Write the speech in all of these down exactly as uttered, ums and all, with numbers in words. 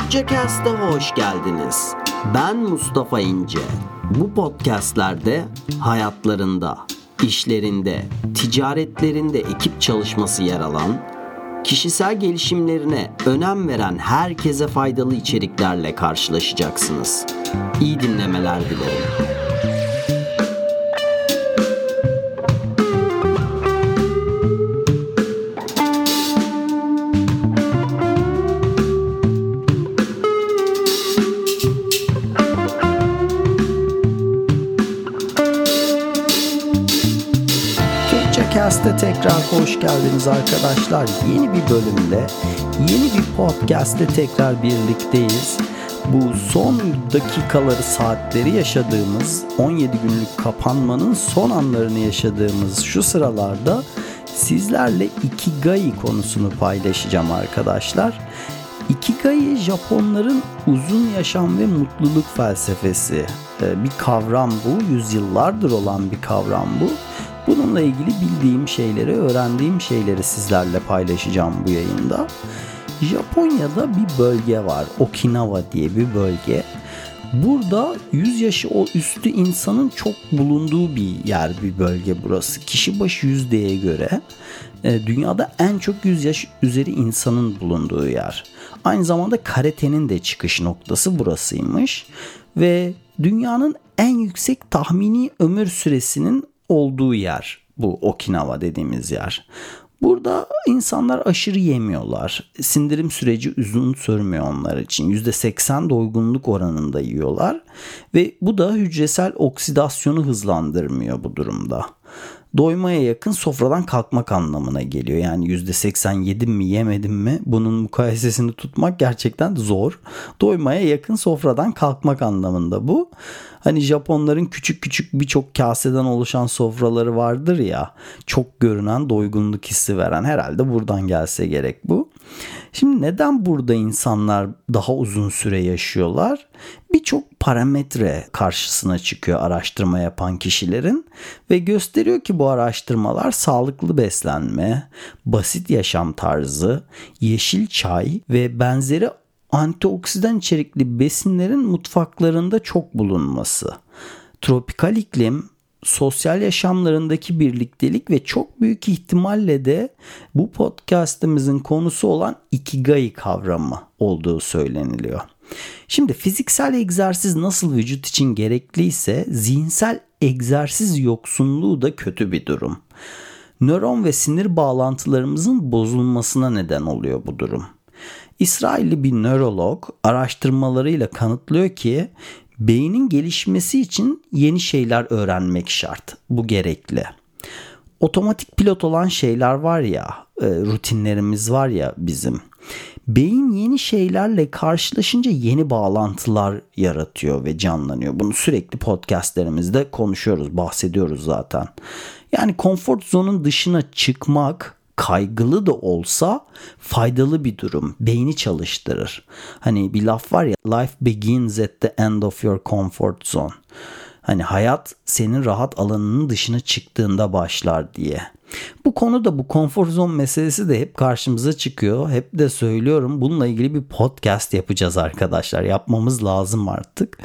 Türkçekast'a hoş geldiniz. Ben Mustafa İnce. Bu podcastlerde hayatlarında, işlerinde, ticaretlerinde ekip çalışması yer alan, kişisel gelişimlerine önem veren herkese faydalı içeriklerle karşılaşacaksınız. İyi dinlemeler dilerim. Türkçekast'a tekrar hoş geldiniz arkadaşlar. Yeni bir bölümde, yeni bir podcast'te tekrar birlikteyiz. Bu son dakikaları, saatleri yaşadığımız, on yedi günlük kapanmanın son anlarını yaşadığımız şu sıralarda sizlerle Ikigai konusunu paylaşacağım arkadaşlar. Ikigai, Japonların uzun yaşam ve mutluluk felsefesi. Bir kavram bu, yüzyıllardır olan bir kavram bu. Bununla ilgili bildiğim şeyleri, öğrendiğim şeyleri sizlerle paylaşacağım bu yayında. Japonya'da bir bölge var, Okinawa diye bir bölge. Burada yüz yaşı o üstü insanın çok bulunduğu bir yer, bir bölge burası. Kişi başı yüzdeye göre dünyada en çok yüz yaş üzeri insanın bulunduğu yer. Aynı zamanda karatenin de çıkış noktası burasıymış. Ve dünyanın en yüksek tahmini ömür süresinin olduğu yer bu Okinawa dediğimiz yer. Burada insanlar aşırı yemiyorlar. Sindirim süreci uzun sürmüyor onlar için. yüzde seksen doygunluk oranında yiyorlar ve bu da hücresel oksidasyonu hızlandırmıyor bu durumda. Doymaya yakın sofradan kalkmak anlamına geliyor. Yani yüzde seksen yedim mi yemedim mi bunun mukayesesini tutmak gerçekten zor. Doymaya yakın sofradan kalkmak anlamında bu. Hani Japonların küçük küçük birçok kaseden oluşan sofraları vardır ya, çok görünen, doygunluk hissi veren, herhalde buradan gelse gerek bu. Şimdi neden burada insanlar daha uzun süre yaşıyorlar? Birçok parametre karşısına çıkıyor araştırma yapan kişilerin ve gösteriyor ki bu araştırmalar sağlıklı beslenme, basit yaşam tarzı, yeşil çay ve benzeri antioksidan içerikli besinlerin mutfaklarında çok bulunması, tropikal iklim, sosyal yaşamlarındaki birliktelik ve çok büyük ihtimalle de bu podcast'ımızın konusu olan Ikigai kavramı olduğu söyleniliyor. Şimdi fiziksel egzersiz nasıl vücut için gerekliyse zihinsel egzersiz yoksunluğu da kötü bir durum. Nöron ve sinir bağlantılarımızın bozulmasına neden oluyor bu durum. İsrailli bir nörolog araştırmalarıyla kanıtlıyor ki beynin gelişmesi için yeni şeyler öğrenmek şart. Bu gerekli. Otomatik pilot olan şeyler var ya, rutinlerimiz var ya bizim. Beyin yeni şeylerle karşılaşınca yeni bağlantılar yaratıyor ve canlanıyor. Bunu sürekli podcastlerimizde konuşuyoruz, bahsediyoruz zaten. Yani konfor zonun dışına çıkmak kaygılı da olsa faydalı bir durum. Beyni çalıştırır. Hani bir laf var ya, life begins at the end of your comfort zone. Hani hayat senin rahat alanının dışına çıktığında başlar diye. Bu konuda bu konfor zone meselesi de hep karşımıza çıkıyor. Hep de söylüyorum, bununla ilgili bir podcast yapacağız arkadaşlar. Yapmamız lazım artık.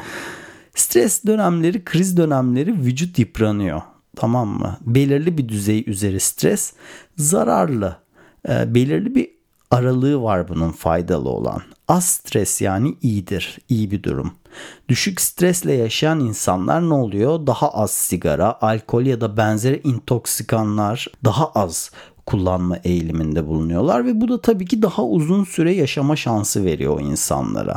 Stres dönemleri, kriz dönemleri vücut yıpranıyor. Tamam mı? Belirli bir düzey üzeri stres zararlı. E, belirli bir aralığı var bunun faydalı olan. Az stres yani iyidir, iyi bir durum. Düşük stresle yaşayan insanlar ne oluyor? Daha az sigara, alkol ya da benzeri intoksikanlar, daha az kullanma eğiliminde bulunuyorlar ve bu da tabii ki daha uzun süre yaşama şansı veriyor o insanlara.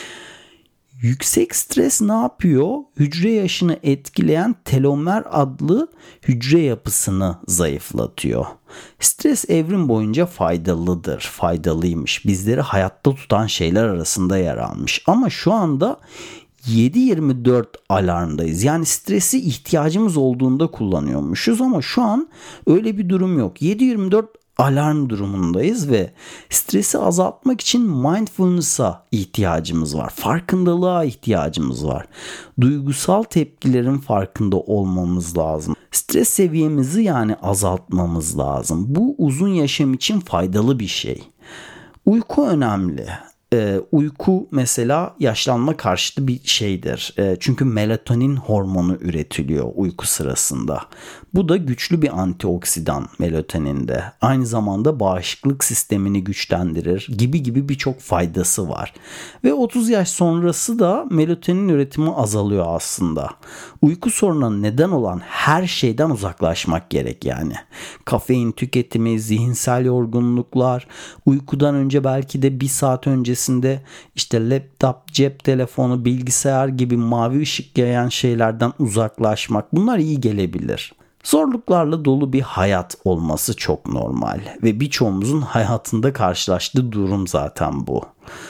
Yüksek stres ne yapıyor? Hücre yaşını etkileyen telomer adlı hücre yapısını zayıflatıyor. Stres evrim boyunca faydalıdır, faydalıymış. Bizleri hayatta tutan şeyler arasında yer almış. Ama şu anda yedi yirmi dört alarmdayız. Yani stresi ihtiyacımız olduğunda kullanıyormuşuz ama şu an öyle bir durum yok. yedi yirmi dört alarm durumundayız ve stresi azaltmak için mindfulness'a ihtiyacımız var. Farkındalığa ihtiyacımız var. Duygusal tepkilerin farkında olmamız lazım. Stres seviyemizi yani azaltmamız lazım. Bu uzun yaşam için faydalı bir şey. Uyku önemli. e, uyku mesela yaşlanma karşıtı bir şeydir. E, çünkü melatonin hormonu üretiliyor uyku sırasında. Bu da güçlü bir antioksidan melatoninde. Aynı zamanda bağışıklık sistemini güçlendirir gibi gibi birçok faydası var. Ve otuz yaş sonrası da melatonin üretimi azalıyor aslında. Uyku sorununa neden olan her şeyden uzaklaşmak gerek yani. Kafein tüketimi, zihinsel yorgunluklar, uykudan önce belki de bir saat öncesinde işte laptop, cep telefonu, bilgisayar gibi mavi ışık yayan şeylerden uzaklaşmak, bunlar iyi gelebilir. Zorluklarla dolu bir hayat olması çok normal ve birçoğumuzun hayatında karşılaştığı durum zaten bu.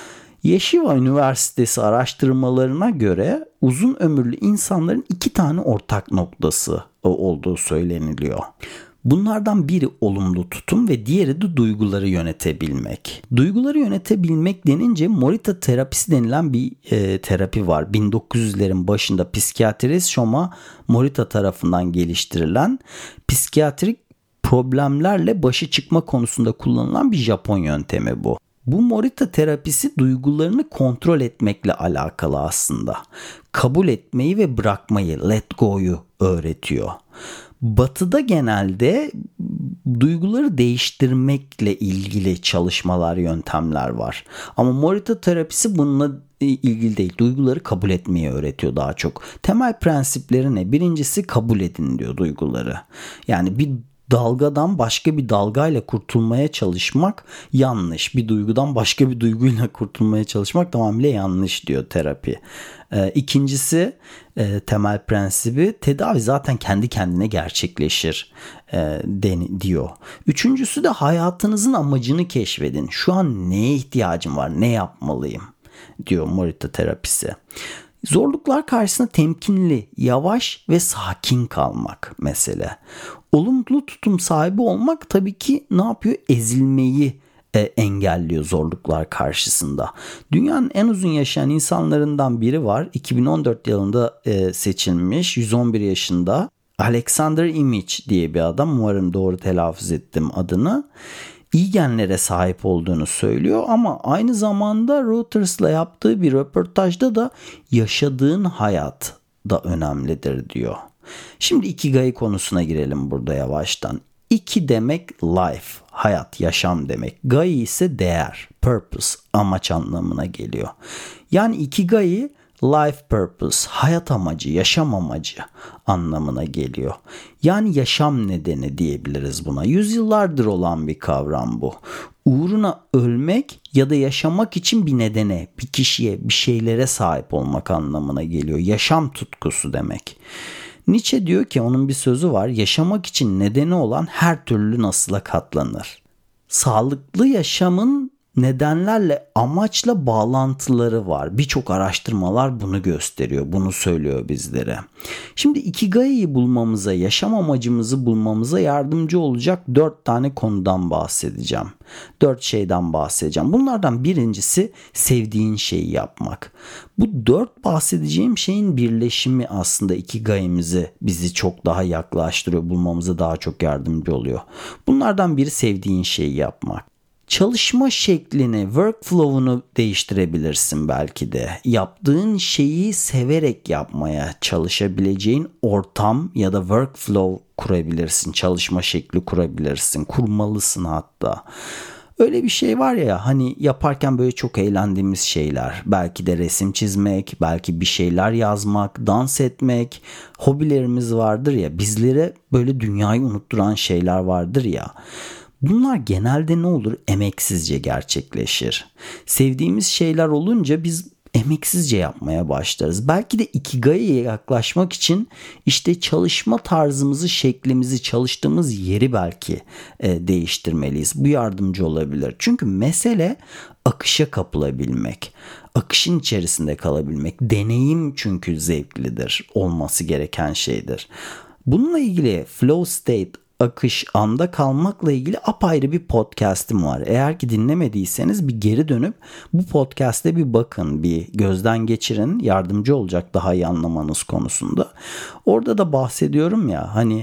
Yeshiva Üniversitesi araştırmalarına göre uzun ömürlü insanların iki tane ortak noktası olduğu söyleniliyor. Bunlardan biri olumlu tutum ve diğeri de duyguları yönetebilmek. Duyguları yönetebilmek denince Morita terapisi denilen bir e, terapi var. bin dokuz yüzlerin başında psikiyatrist Shoma Morita tarafından geliştirilen psikiyatrik problemlerle başa çıkma konusunda kullanılan bir Japon yöntemi bu. Bu Morita terapisi duygularını kontrol etmekle alakalı aslında. Kabul etmeyi ve bırakmayı, let go'yu öğretiyor. Batı'da genelde duyguları değiştirmekle ilgili çalışmalar, yöntemler var. Ama Morita terapisi bununla ilgili değil. Duyguları kabul etmeyi öğretiyor daha çok. Temel prensipleri ne? Birincisi kabul edin diyor duyguları. Yani bir dalgadan başka bir dalgayla kurtulmaya çalışmak yanlış. Bir duygudan başka bir duyguyla kurtulmaya çalışmak tamamıyla yanlış diyor terapi. Ee, ikincisi e, temel prensibi tedavi zaten kendi kendine gerçekleşir e, den, diyor. Üçüncüsü de hayatınızın amacını keşfedin. Şu an neye ihtiyacım var? Ne yapmalıyım? Diyor Morita terapisi. Zorluklar karşısında temkinli, yavaş ve sakin kalmak mesele. Olumlu tutum sahibi olmak tabii ki ne yapıyor? Ezilmeyi e, engelliyor zorluklar karşısında. Dünyanın en uzun yaşayan insanlarından biri var. iki bin on dört yılında e, seçilmiş, yüz on bir yaşında. Alexander Imich diye bir adam. Umarım doğru telaffuz ettim adını. İyi genlere sahip olduğunu söylüyor ama aynı zamanda Reuters'la yaptığı bir röportajda da yaşadığın hayat da önemlidir diyor. Şimdi Ikigai konusuna girelim burada yavaştan. Iki demek life, hayat, yaşam demek. Gai ise değer, purpose, amaç anlamına geliyor. Yani Ikigai life purpose, hayat amacı, yaşam amacı anlamına geliyor. Yani yaşam nedeni diyebiliriz buna. Yüzyıllardır olan bir kavram bu. Uğruna ölmek ya da yaşamak için bir nedene, bir kişiye, bir şeylere sahip olmak anlamına geliyor. Yaşam tutkusu demek. Nietzsche diyor ki, onun bir sözü var. Yaşamak için nedeni olan her türlü nasıla katlanır. Sağlıklı yaşamın nedenlerle, amaçla bağlantıları var. Birçok araştırmalar bunu gösteriyor, bunu söylüyor bizlere. Şimdi Ikigai'yi bulmamıza, yaşam amacımızı bulmamıza yardımcı olacak dört tane konudan bahsedeceğim. Dört şeyden bahsedeceğim. Bunlardan birincisi sevdiğin şeyi yapmak. Bu dört bahsedeceğim şeyin birleşimi aslında Ikigai'mizi bizi çok daha yaklaştırıyor, bulmamıza daha çok yardımcı oluyor. Bunlardan biri sevdiğin şeyi yapmak. Çalışma şeklini, workflow'unu değiştirebilirsin belki de. Yaptığın şeyi severek yapmaya çalışabileceğin ortam ya da workflow kurabilirsin. Çalışma şekli kurabilirsin. Kurmalısın hatta. Öyle bir şey var ya, hani yaparken böyle çok eğlendiğimiz şeyler. Belki de resim çizmek, belki bir şeyler yazmak, dans etmek. Hobilerimiz vardır ya, bizlere böyle dünyayı unutturan şeyler vardır ya. Bunlar genelde ne olur? Emeksizce gerçekleşir. Sevdiğimiz şeyler olunca biz emeksizce yapmaya başlarız. Belki de Ikigai'ye yaklaşmak için işte çalışma tarzımızı, şeklimizi, çalıştığımız yeri belki e, değiştirmeliyiz. Bu yardımcı olabilir. Çünkü mesele akışa kapılabilmek. Akışın içerisinde kalabilmek. Deneyim çünkü zevklidir. Olması gereken şeydir. Bununla ilgili flow state, akış, anda kalmakla ilgili apayrı bir podcast'im var. Eğer ki dinlemediyseniz bir geri dönüp bu podcast'e bir bakın, bir gözden geçirin. Yardımcı olacak daha iyi anlamanız konusunda. Orada da bahsediyorum ya, hani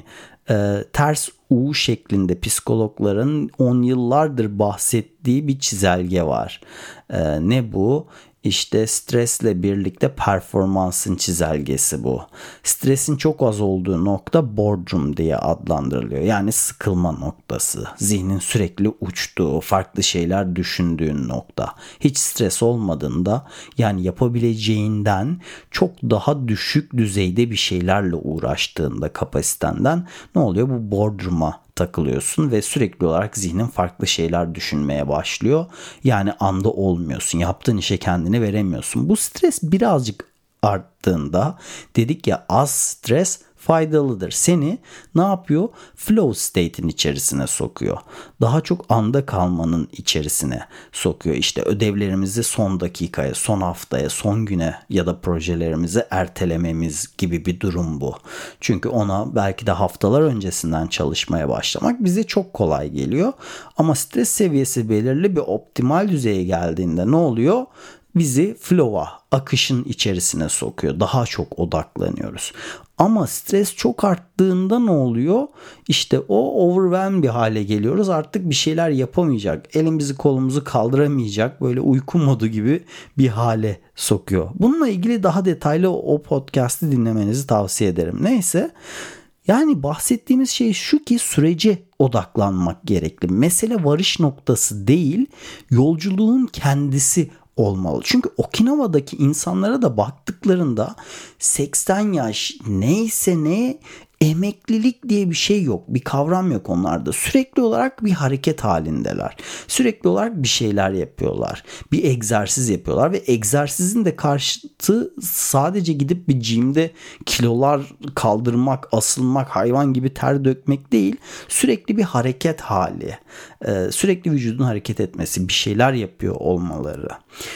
e, ters U şeklinde psikologların on yıllardır bahsettiği bir çizelge var. E, ne bu? İşte stresle birlikte performansın çizelgesi bu. Stresin çok az olduğu nokta boredom diye adlandırılıyor. Yani sıkılma noktası. Zihnin sürekli uçtuğu, farklı şeyler düşündüğün nokta. Hiç stres olmadığında, yani yapabileceğinden çok daha düşük düzeyde bir şeylerle uğraştığında kapasitenden ne oluyor? Bu boredom'a takılıyorsun ve sürekli olarak zihnin farklı şeyler düşünmeye başlıyor. Yani anda olmuyorsun. Yaptığın işe kendini veremiyorsun. Bu stres birazcık arttığında, dedik ya, az stres faydalıdır. Seni ne yapıyor? Flow state'in içerisine sokuyor. Daha çok anda kalmanın içerisine sokuyor. İşte ödevlerimizi son dakikaya, son haftaya, son güne ya da projelerimizi ertelememiz gibi bir durum bu. Çünkü ona belki de haftalar öncesinden çalışmaya başlamak bize çok kolay geliyor. Ama stres seviyesi belirli bir optimal düzeye geldiğinde ne oluyor? Bizi flow'a, akışın içerisine sokuyor. Daha çok odaklanıyoruz. Ama stres çok arttığında ne oluyor? İşte o overwhelm bir hale geliyoruz. Artık bir şeyler yapamayacak, elimizi kolumuzu kaldıramayacak, böyle uyku modu gibi bir hale sokuyor. Bununla ilgili daha detaylı o podcast'ı dinlemenizi tavsiye ederim. Neyse. Yani bahsettiğimiz şey şu ki sürece odaklanmak gerekli. Mesele varış noktası değil, yolculuğun kendisi olmalı. Çünkü Okinawa'daki insanlara da baktıklarında seksen yaş neyse ne, emeklilik diye bir şey yok. Bir kavram yok onlarda. Sürekli olarak bir hareket halindeler. Sürekli olarak bir şeyler yapıyorlar. Bir egzersiz yapıyorlar ve egzersizin de karşıtı sadece gidip bir gym'de kilolar kaldırmak, asılmak, hayvan gibi ter dökmek değil. Sürekli bir hareket hali. Ee, sürekli vücudun hareket etmesi, bir şeyler yapıyor olmaları.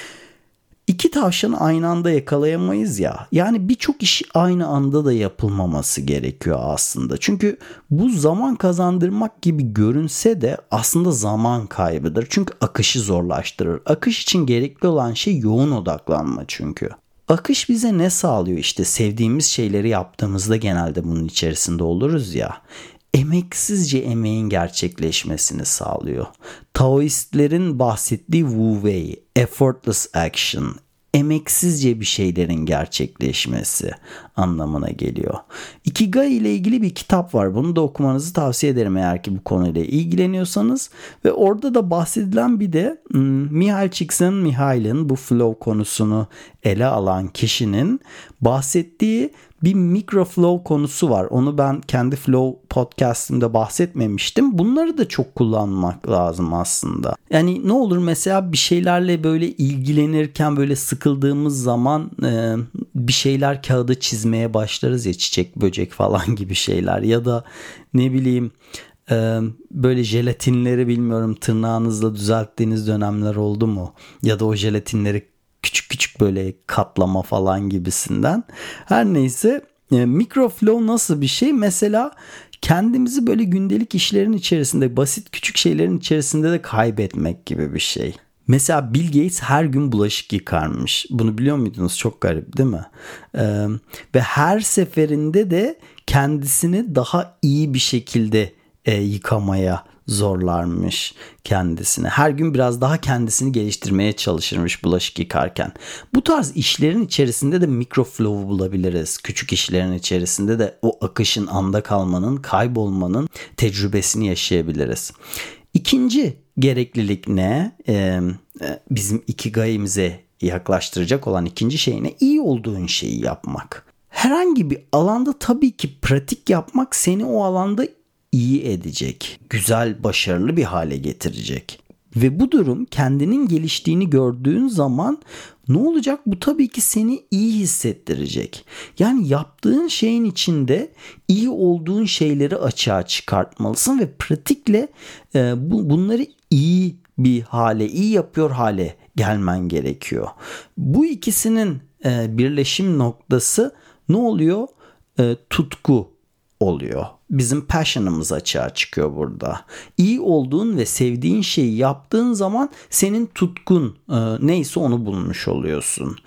İki tavşanı aynı anda yakalayamayız ya. Yani birçok iş aynı anda da yapılmaması gerekiyor aslında. Çünkü bu zaman kazandırmak gibi görünse de aslında zaman kaybıdır. Çünkü akışı zorlaştırır. Akış için gerekli olan şey yoğun odaklanma çünkü. Akış bize ne sağlıyor? İşte sevdiğimiz şeyleri yaptığımızda genelde bunun içerisinde oluruz ya. Emeksizce emeğin gerçekleşmesini sağlıyor. Taoistlerin bahsettiği Wu Wei, effortless action, emeksizce bir şeylerin gerçekleşmesi anlamına geliyor. Ikigai ile ilgili bir kitap var. Bunu da okumanızı tavsiye ederim eğer ki bu konuyla ilgileniyorsanız. Ve orada da bahsedilen bir de Mihaly Csikszentmihalyi'nin bu flow konusunu ele alan kişinin bahsettiği bir microflow konusu var. Onu ben kendi flow podcast'imde bahsetmemiştim. Bunları da çok kullanmak lazım aslında. Yani ne olur mesela bir şeylerle böyle ilgilenirken böyle sıkıldığımız zaman e, bir şeyler kağıda çizmeye başlarız ya, çiçek, böcek falan gibi şeyler ya da ne bileyim e, böyle jelatinleri bilmiyorum tırnağınızla düzelttiğiniz dönemler oldu mu? Ya da o jelatinleri küçük küçük böyle katlama falan gibisinden. Her neyse, e, microflow nasıl bir şey? Mesela kendimizi böyle gündelik işlerin içerisinde, basit küçük şeylerin içerisinde de kaybetmek gibi bir şey. Mesela Bill Gates her gün bulaşık yıkarmış. Bunu biliyor muydunuz? Çok garip değil mi? Ee, ve her seferinde de kendisini daha iyi bir şekilde e, yıkamaya zorlarmış kendisini. Her gün biraz daha kendisini geliştirmeye çalışırmış bulaşık yıkarken. Bu tarz işlerin içerisinde de microflow'u bulabiliriz. Küçük işlerin içerisinde de o akışın, anda kalmanın, kaybolmanın tecrübesini yaşayabiliriz. İkinci gereklilik ne? Ee, bizim ikigai'mize yaklaştıracak olan ikinci şey ne? İyi olduğun şeyi yapmak. Herhangi bir alanda tabii ki pratik yapmak seni o alanda iyi edecek, güzel, başarılı bir hale getirecek. Ve bu durum kendinin geliştiğini gördüğün zaman ne olacak? Bu tabii ki seni iyi hissettirecek. Yani yaptığın şeyin içinde iyi olduğun şeyleri açığa çıkartmalısın ve pratikle e, bu, bunları iyi bir hale, iyi yapıyor hale gelmen gerekiyor. Bu ikisinin e, birleşim noktası ne oluyor? E, tutku oluyor. Bizim passion'ımız açığa çıkıyor burada. İyi olduğun ve sevdiğin şeyi yaptığın zaman senin tutkun e, neyse onu bulmuş oluyorsun.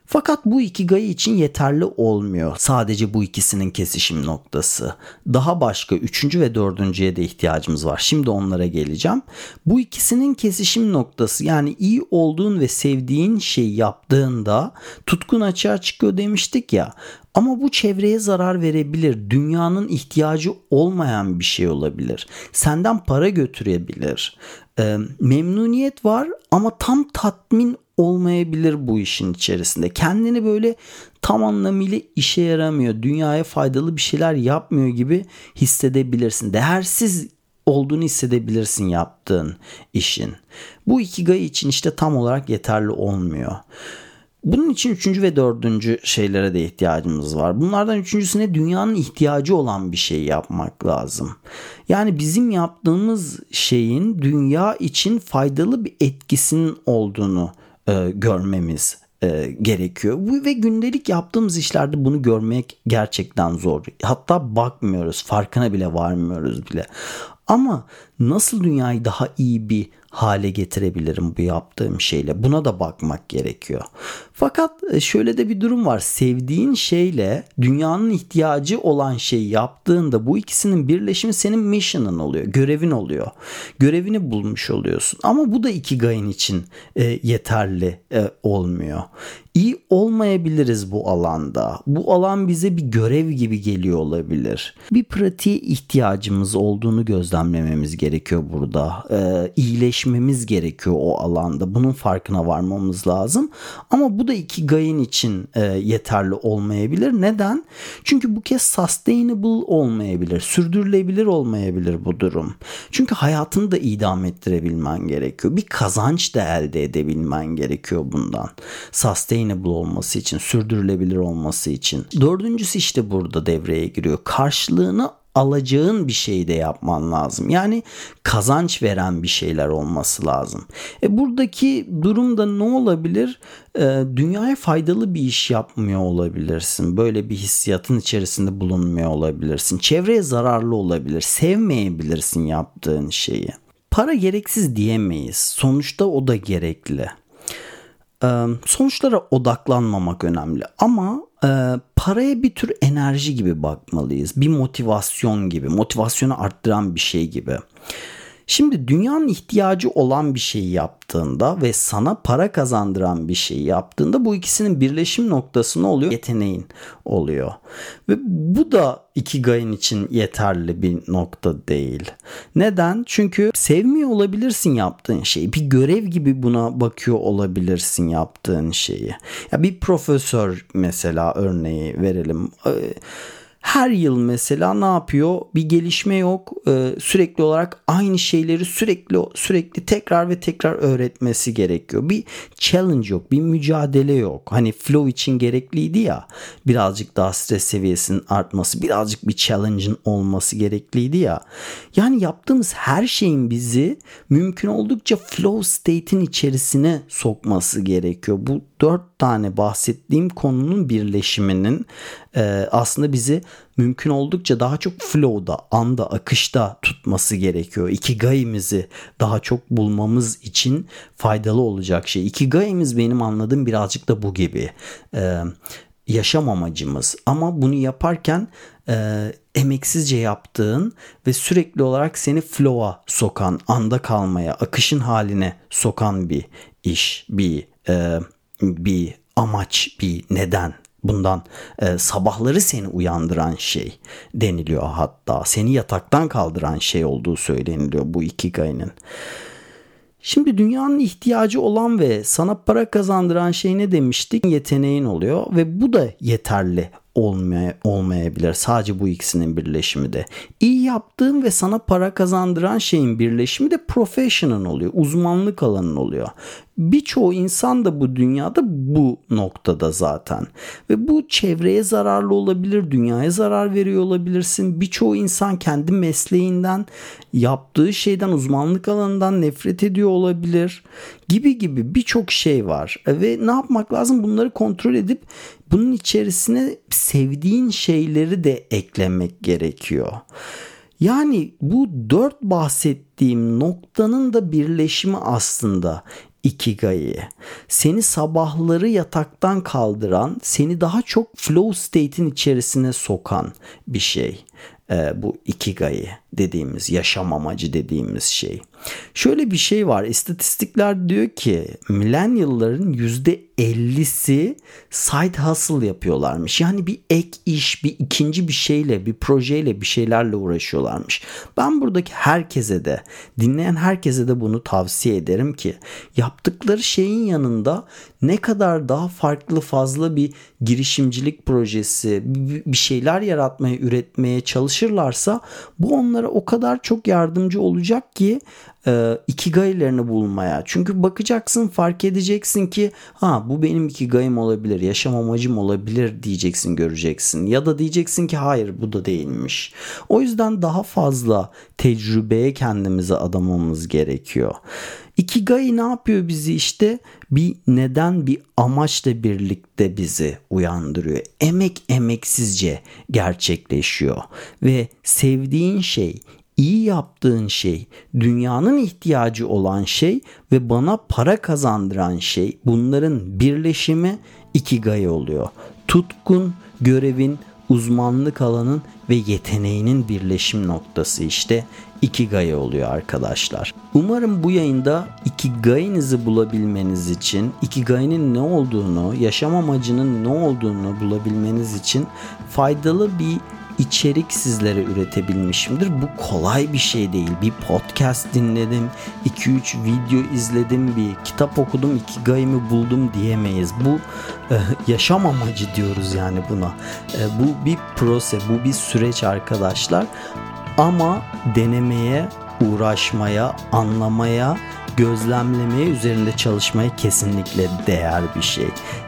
Fakat bu ikigai için yeterli olmuyor. Sadece bu ikisinin kesişim noktası. Daha başka üçüncü ve dördüncüye de ihtiyacımız var. Şimdi onlara geleceğim. Bu ikisinin kesişim noktası, yani iyi olduğun ve sevdiğin şeyi yaptığında tutkun açığa çıkıyor demiştik ya. Ama bu çevreye zarar verebilir. Dünyanın ihtiyacı olmayan bir şey olabilir. Senden para götürebilir. Ee, memnuniyet var ama tam tatmin olmayabilir bu işin içerisinde. Kendini böyle tam anlamıyla işe yaramıyor, dünyaya faydalı bir şeyler yapmıyor gibi hissedebilirsin. Değersiz olduğunu hissedebilirsin yaptığın işin. Bu ikigai için işte tam olarak yeterli olmuyor. Bunun için üçüncü ve dördüncü şeylere de ihtiyacımız var. Bunlardan üçüncüsüne dünyanın ihtiyacı olan bir şey yapmak lazım. Yani bizim yaptığımız şeyin dünya için faydalı bir etkisinin olduğunu e, görmemiz e, gerekiyor. Bu ve gündelik yaptığımız işlerde bunu görmek gerçekten zor. Hatta bakmıyoruz, farkına bile varmıyoruz bile. Ama nasıl dünyayı daha iyi bir hale getirebilirim bu yaptığım şeyle? Buna da bakmak gerekiyor. Fakat şöyle de bir durum var. Sevdiğin şeyle dünyanın ihtiyacı olan şeyi yaptığında bu ikisinin birleşimi senin mission'ın oluyor. Görevin oluyor. Görevini bulmuş oluyorsun. Ama bu da ikigai'nin için e, yeterli e, olmuyor. İyi olmayabiliriz bu alanda. Bu alan bize bir görev gibi geliyor olabilir. Bir pratiğe ihtiyacımız olduğunu gözlemlememiz gerekiyor burada. Ee, iyileşmemiz gerekiyor o alanda. Bunun farkına varmamız lazım. Ama bu da ikigai'nin için e, yeterli olmayabilir. Neden? Çünkü bu kez sustainable olmayabilir. Sürdürülebilir olmayabilir bu durum. Çünkü hayatını da idame ettirebilmen gerekiyor. Bir kazanç da elde edebilmen gerekiyor bundan. Sustainable olması için, sürdürülebilir olması için. Dördüncüsü işte burada devreye giriyor. Karşılığını alacağın bir şey de yapman lazım. Yani kazanç veren bir şeyler olması lazım. E buradaki durumda ne olabilir? E, dünyaya faydalı bir iş yapmıyor olabilirsin. Böyle bir hissiyatın içerisinde bulunmuyor olabilirsin. Çevreye zararlı olabilir. Sevmeyebilirsin yaptığın şeyi. Para gereksiz diyemeyiz. Sonuçta o da gerekli. Sonuçlara odaklanmamak önemli ama e, paraya bir tür enerji gibi bakmalıyız. Bir motivasyon gibi, motivasyonu arttıran bir şey gibi. Şimdi dünyanın ihtiyacı olan bir şeyi yaptığında ve sana para kazandıran bir şeyi yaptığında bu ikisinin birleşim noktası ne oluyor? Yeteneğin oluyor. Ve bu da ikigai'nin için yeterli bir nokta değil. Neden? Çünkü sevmiyor olabilirsin yaptığın şeyi. Bir görev gibi buna bakıyor olabilirsin yaptığın şeyi. Ya bir profesör mesela örneği verelim. Her yıl mesela ne yapıyor? Bir gelişme yok. Ee, sürekli olarak aynı şeyleri sürekli sürekli tekrar ve tekrar öğretmesi gerekiyor. Bir challenge yok, bir mücadele yok. Hani flow için gerekliydi ya. Birazcık daha stres seviyesinin artması, birazcık bir challenge'ın olması gerekliydi ya. Yani yaptığımız her şeyin bizi mümkün oldukça flow state'in içerisine sokması gerekiyor. Bu dört tane bahsettiğim konunun birleşiminin e, aslında bizi mümkün oldukça daha çok flow'da, anda, akışta tutması gerekiyor. Ikigai'mizi daha çok bulmamız için faydalı olacak şey. Ikigai'miz benim anladığım birazcık da bu gibi. E, yaşam amacımız. Ama bunu yaparken e, emeksizce yaptığın ve sürekli olarak seni flow'a sokan, anda kalmaya, akışın haline sokan bir iş, bir e, bir amaç, bir neden. Bundan e, sabahları seni uyandıran şey deniliyor hatta. Seni yataktan kaldıran şey olduğu söyleniliyor bu ikigai'nin. Şimdi dünyanın ihtiyacı olan ve sana para kazandıran şey ne demiştik? Yeteneğin oluyor ve bu da yeterli olmaya, olmayabilir. Sadece bu ikisinin birleşimi de. İyi yaptığın ve sana para kazandıran şeyin birleşimi de professional oluyor. Uzmanlık alanın oluyor. Birçoğu insan da bu dünyada bu noktada zaten. Ve bu çevreye zararlı olabilir, dünyaya zarar veriyor olabilirsin. Birçoğu insan kendi mesleğinden, yaptığı şeyden, uzmanlık alanından nefret ediyor olabilir. Gibi gibi birçok şey var. Ve ne yapmak lazım? Bunları kontrol edip bunun içerisine sevdiğin şeyleri de eklemek gerekiyor. Yani bu dört bahsettiğim noktanın da birleşimi aslında Ikigai. Seni sabahları yataktan kaldıran, seni daha çok flow state'in içerisine sokan bir şey. Ee, bu Ikigai dediğimiz, yaşam amacı dediğimiz şey. Şöyle bir şey var. İstatistikler diyor ki millennial'ların yüzde ellisi side hustle yapıyorlarmış. Yani bir ek iş, bir ikinci bir şeyle, bir projeyle, bir şeylerle uğraşıyorlarmış. Ben buradaki herkese de, dinleyen herkese de bunu tavsiye ederim ki yaptıkları şeyin yanında ne kadar daha farklı, fazla bir girişimcilik projesi, bir şeyler yaratmaya, üretmeye çalışırlarsa bu onlara o kadar çok yardımcı olacak ki e, ikigai'lerini bulmaya. Çünkü bakacaksın, fark edeceksin ki ha bu benim ikigai'm olabilir, yaşam amacım olabilir diyeceksin, göreceksin. Ya da diyeceksin ki hayır bu da değilmiş. O yüzden daha fazla tecrübeye kendimizi adamamız gerekiyor. Ikigai ne yapıyor bizi işte? Bir neden, bir amaçla birlikte bizi uyandırıyor. Emek emeksizce gerçekleşiyor. Ve sevdiğin şey, iyi yaptığın şey, dünyanın ihtiyacı olan şey ve bana para kazandıran şey, bunların birleşimi Ikigai oluyor. Tutkun, görevin, uzmanlık alanın ve yeteneğinin birleşim noktası işte Ikigai oluyor arkadaşlar. Umarım bu yayında Ikigai'nizi bulabilmeniz için, Ikigai'nin ne olduğunu, yaşam amacının ne olduğunu bulabilmeniz için faydalı bir içerik sizlere üretebilmişimdir. Bu kolay bir şey değil. Bir podcast dinledim, iki üç video izledim, bir kitap okudum, Ikigai'mi buldum diyemeyiz. Bu e, yaşam amacı diyoruz yani buna. E, bu bir proses, bu bir süreç arkadaşlar. Ama denemeye, uğraşmaya, anlamaya, gözlemlemeye, üzerinde çalışmaya kesinlikle değer bir şey.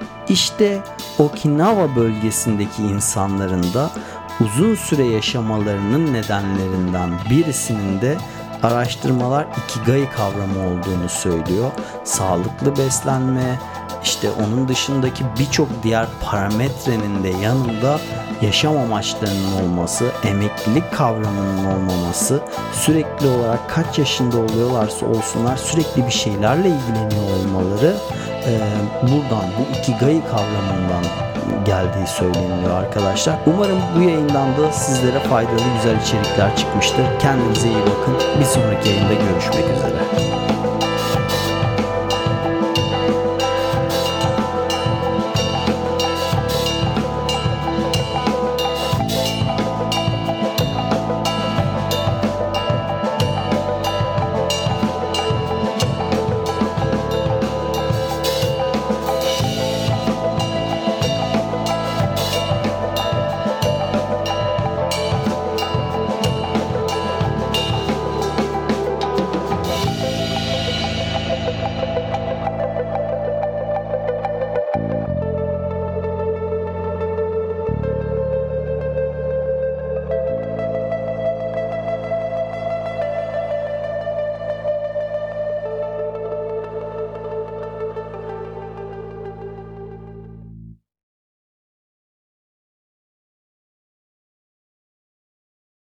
İşte Okinawa bölgesindeki insanların da uzun süre yaşamalarının nedenlerinden birisinin de araştırmalar Ikigai kavramı olduğunu söylüyor. Sağlıklı beslenme, işte onun dışındaki birçok diğer parametrenin de yanında yaşam amaçlarının olması, emeklilik kavramının olmaması, sürekli olarak kaç yaşında oluyorlarsa olsunlar sürekli bir şeylerle ilgileniyor olmaları e, buradan, bu Ikigai kavramından geldiği söyleniyor arkadaşlar. Umarım bu yayından da sizlere faydalı güzel içerikler çıkmıştır. Kendinize iyi bakın. Bir sonraki yayında görüşmek üzere.